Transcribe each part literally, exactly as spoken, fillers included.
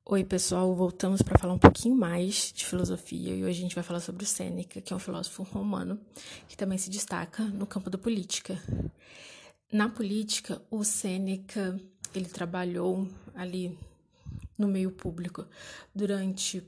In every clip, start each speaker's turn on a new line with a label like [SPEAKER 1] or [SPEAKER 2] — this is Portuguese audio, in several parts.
[SPEAKER 1] Oi, pessoal, voltamos para falar um pouquinho mais de filosofia e hoje a gente vai falar sobre o Sêneca, que é um filósofo romano que também se destaca no campo da política. Na política, o Sêneca, ele trabalhou ali no meio público durante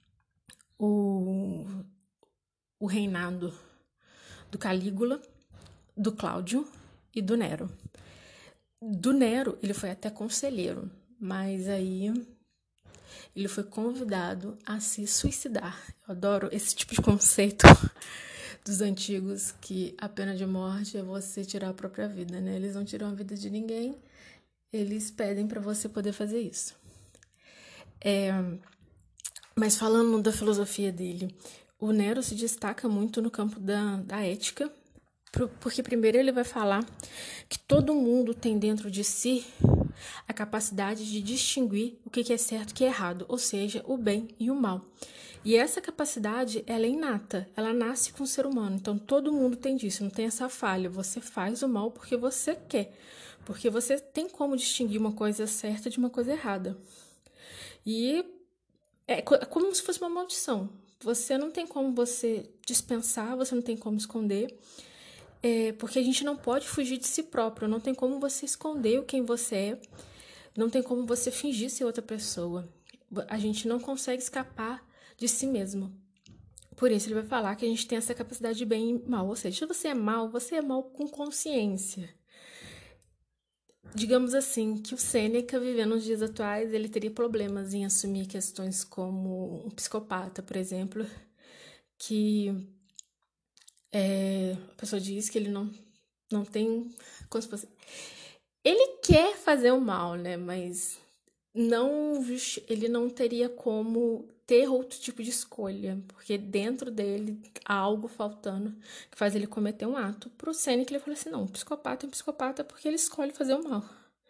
[SPEAKER 1] o, o reinado do Calígula, do Cláudio e do Nero. Do Nero, ele foi até conselheiro, mas aí ele foi convidado a se suicidar. Eu adoro esse tipo de conceito dos antigos, que a pena de morte é você tirar a própria vida, né? Eles não tiram a vida de ninguém, eles pedem para você poder fazer isso. É, mas falando da filosofia dele, o Nero se destaca muito no campo da, da ética, porque primeiro ele vai falar que todo mundo tem dentro de si a capacidade de distinguir o que é certo e o que é errado, ou seja, o bem e o mal. E essa capacidade, ela é inata, ela nasce com o ser humano, então todo mundo tem disso, não tem essa falha, você faz o mal porque você quer, porque você tem como distinguir uma coisa certa de uma coisa errada. E é como se fosse uma maldição, você não tem como você dispensar, você não tem como esconder, é, porque a gente não pode fugir de si próprio, não tem como você esconder quem você é, não tem como você fingir ser outra pessoa. A gente não consegue escapar de si mesmo. Por isso ele vai falar que a gente tem essa capacidade de bem e mal. Ou seja, se você é mal, você é mal com consciência. Digamos assim, que o Sêneca, vivendo nos dias atuais, ele teria problemas em assumir questões como um psicopata, por exemplo, que é, a pessoa diz que ele não, não tem... Como se fosse, ele quer fazer o mal, né? Mas não, ele não teria como ter outro tipo de escolha, porque dentro dele há algo faltando que faz ele cometer um ato. Pro Sêneca ele falou assim, não, um psicopata é um psicopata porque ele escolhe fazer o mal.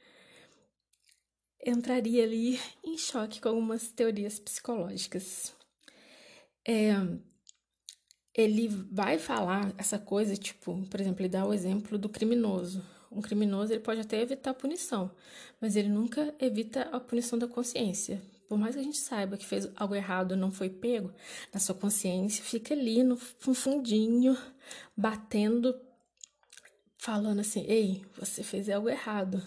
[SPEAKER 1] Entraria ali em choque com algumas teorias psicológicas. É, ele vai falar essa coisa, tipo, por exemplo, ele dá o exemplo do criminoso. Um criminoso ele pode até evitar a punição, mas ele nunca evita a punição da consciência. Por mais que a gente saiba que fez algo errado, não foi pego, na sua consciência fica ali no fundinho, batendo, falando assim, ei, você fez algo errado.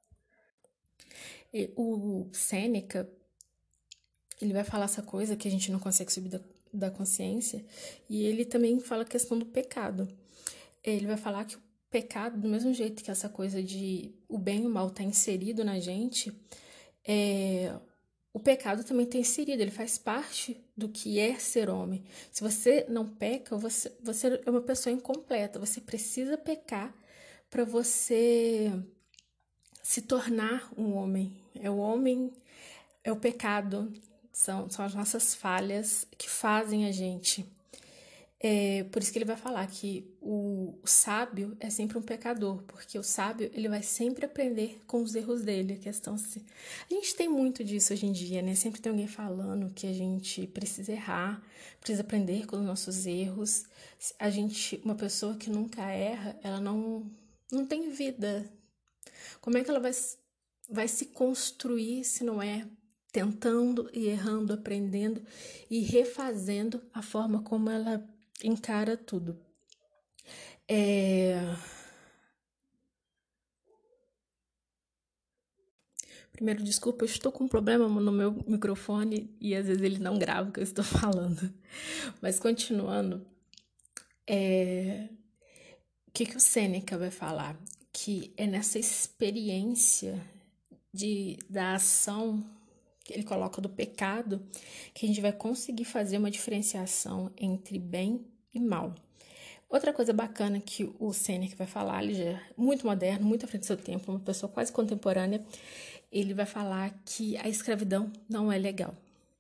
[SPEAKER 1] E o Sêneca, ele vai falar essa coisa que a gente não consegue subir da, da consciência, e ele também fala a questão do pecado. Ele vai falar que o pecado, do mesmo jeito que essa coisa de o bem e o mal tá inserido na gente, é, o pecado também está inserido, ele faz parte do que é ser homem. Se você não peca, você, você é uma pessoa incompleta, você precisa pecar para você se tornar um homem. É o homem, é o pecado, são, são as nossas falhas que fazem a gente. É por isso que ele vai falar que o, o sábio é sempre um pecador, porque o sábio ele vai sempre aprender com os erros dele. A questão se a gente tem muito disso hoje em dia, né? Sempre tem alguém falando que a gente precisa errar, precisa aprender com os nossos erros. A gente, uma pessoa que nunca erra, ela não não tem vida. Como é que ela vai vai se construir se não é tentando e errando, aprendendo e refazendo a forma como ela encara tudo. É... Primeiro, desculpa, eu estou com um problema no meu microfone e às vezes ele não grava o que eu estou falando. Mas continuando, é... o que, que o Sêneca vai falar? Que é nessa experiência de, da ação que ele coloca do pecado que a gente vai conseguir fazer uma diferenciação entre bem e mal. Outra coisa bacana que o Sêneca vai falar, ele já é muito moderno, muito à frente do seu tempo, uma pessoa quase contemporânea, ele vai falar que a escravidão não é legal.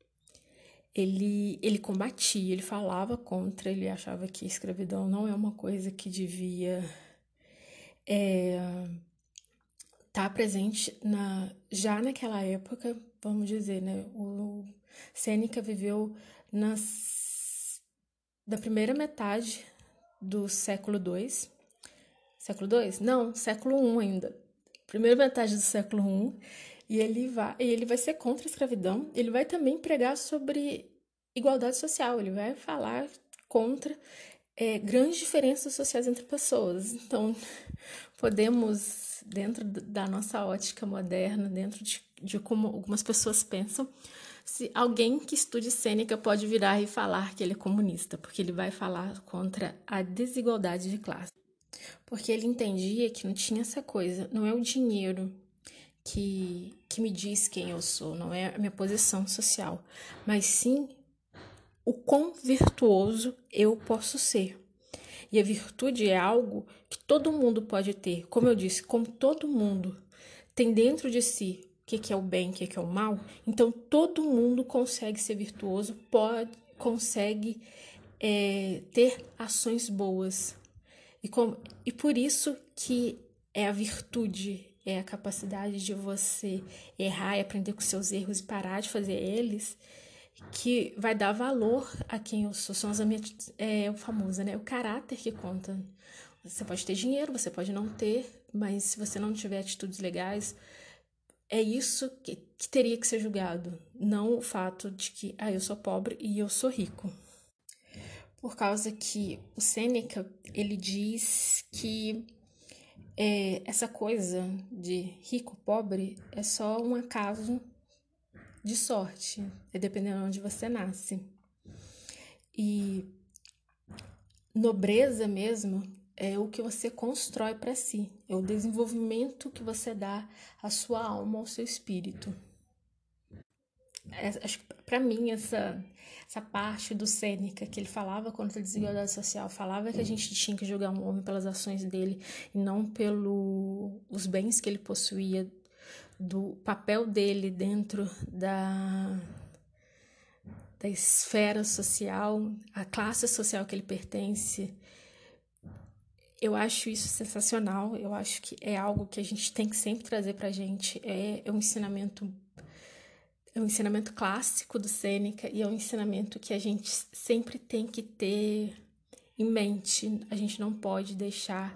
[SPEAKER 1] Ele, ele combatia, ele falava contra, ele achava que a escravidão não é uma coisa que devia é, estar presente na, já naquela época, vamos dizer, né? O Sêneca viveu nas, da primeira metade do século dois. Século dois? Não, século um ainda. Primeira metade do século um. E ele vai, ele vai ser contra a escravidão, ele vai também pregar sobre igualdade social, ele vai falar contra é, grandes diferenças sociais entre pessoas. Então, podemos, dentro da nossa ótica moderna, dentro de, de como algumas pessoas pensam, se alguém que estude Sêneca pode virar e falar que ele é comunista, porque ele vai falar contra a desigualdade de classe. Porque ele entendia que não tinha essa coisa, não é o dinheiro que, que me diz quem eu sou, não é a minha posição social, mas sim o quão virtuoso eu posso ser. E a virtude é algo que todo mundo pode ter. Como eu disse, como todo mundo tem dentro de si o que é o bem, o que é o mal, então todo mundo consegue ser virtuoso, pode, consegue é, ter ações boas. E, com, e por isso que é a virtude, é a capacidade de você errar e aprender com seus erros e parar de fazer eles, que vai dar valor a quem eu sou. São as minhas, é o famoso, né? O caráter que conta. Você pode ter dinheiro, você pode não ter, mas se você não tiver atitudes legais, é isso que, que teria que ser julgado, não o fato de que, ah, eu sou pobre e eu sou rico. Por causa que o Sêneca, ele diz que é, essa coisa de rico-pobre é só um acaso de sorte, é dependendo de onde você nasce. E nobreza mesmo é o que você constrói para si, é o desenvolvimento que você dá à sua alma, ao seu espírito. É, acho que para mim essa essa parte do Sêneca, que ele falava contra a desigualdade social, falava que a gente tinha que julgar um homem pelas ações dele e não pelos bens que ele possuía, do papel dele dentro da da esfera social, a classe social que ele pertence. Eu acho isso sensacional, eu acho que é algo que a gente tem que sempre trazer pra gente, é, é um ensinamento é um ensinamento clássico do Sêneca e é um ensinamento que a gente sempre tem que ter em mente. A gente não pode deixar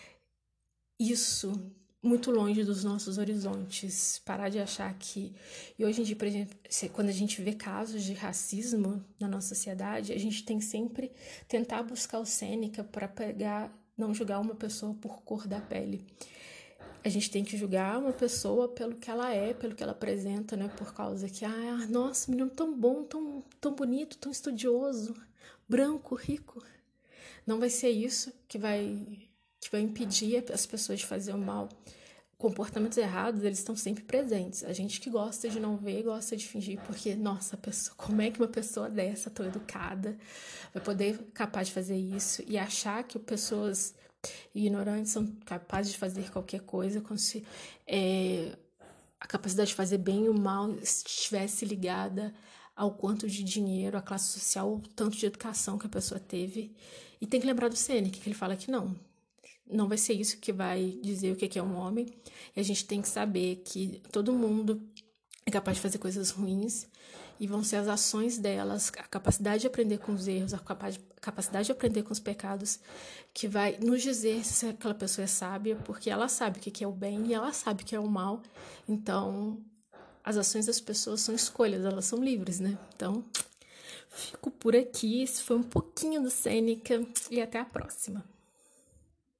[SPEAKER 1] isso muito longe dos nossos horizontes, parar de achar que... E hoje em dia, por exemplo, quando a gente vê casos de racismo na nossa sociedade, a gente tem que sempre tentar buscar o Sêneca para pegar, não julgar uma pessoa por cor da pele. A gente tem que julgar uma pessoa pelo que ela é, pelo que ela apresenta, né? Por causa que, ah, nossa, menino tão bom, tão, tão bonito, tão estudioso, branco, rico. Não vai ser isso que vai, que vai impedir as pessoas de fazer o mal. Comportamentos errados, eles estão sempre presentes. A gente que gosta de não ver, gosta de fingir, porque, nossa, pessoa, como é que uma pessoa dessa, tão educada, vai poder capaz de fazer isso e achar que pessoas ignorantes são capazes de fazer qualquer coisa, como se é, a capacidade de fazer bem e o mal estivesse ligada ao quanto de dinheiro, a classe social, o tanto de educação que a pessoa teve. E tem que lembrar do Sêneca, que ele fala que não, não vai ser isso que vai dizer o que é um homem. E a gente tem que saber que todo mundo é capaz de fazer coisas ruins e vão ser as ações delas, a capacidade de aprender com os erros, a capacidade de aprender com os pecados que vai nos dizer se aquela pessoa é sábia, porque ela sabe o que é o bem e ela sabe o que é o mal. Então, as ações das pessoas são escolhas, elas são livres, né? Então, fico por aqui. Esse foi um pouquinho do Sêneca e até a próxima.